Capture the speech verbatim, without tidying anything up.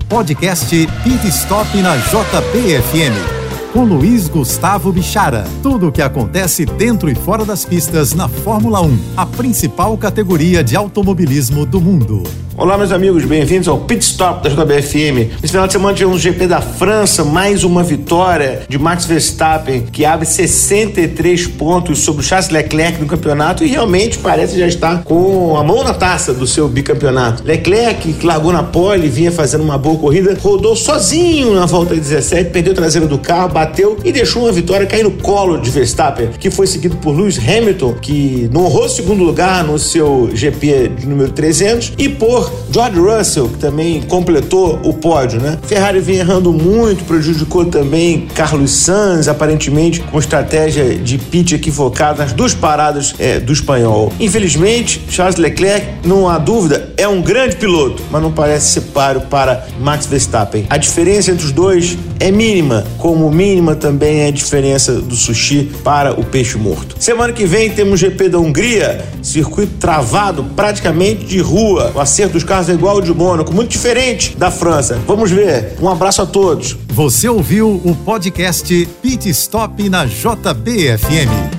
Podcast Pit Stop na J B F M. Com Luiz Gustavo Bichara. Tudo o que acontece dentro e fora das pistas na Fórmula um, a principal categoria de automobilismo do mundo. Olá, meus amigos, bem-vindos ao Pit Stop da J B F M. Esse final de semana tivemos o G P da França, mais uma vitória de Max Verstappen, que abre sessenta e três pontos sobre o Charles Leclerc no campeonato e realmente parece já estar com a mão na taça do seu bicampeonato. Leclerc, que largou na pole, vinha fazendo uma boa corrida, rodou sozinho na volta dezessete, perdeu a traseira do carro, bateu e deixou uma vitória cair no colo de Verstappen, que foi seguido por Lewis Hamilton, que não honrou o segundo lugar no seu G P de número trezentos, e por George Russell, que também completou o pódio, né? Ferrari vinha errando muito, prejudicou também Carlos Sainz, aparentemente com estratégia de pit equivocada nas duas paradas é, do espanhol. Infelizmente, Charles Leclerc, não há dúvida, é um grande piloto, mas não parece ser páreo para Max Verstappen. A diferença entre os dois é mínima, como mínima também é a diferença do sushi para o peixe morto. Semana que vem temos o G P da Hungria, circuito travado praticamente de rua. O acerto dos carros é igual ao de Mônaco, muito diferente da França. Vamos ver. Um abraço a todos. Você ouviu o podcast Pit Stop na J B F M.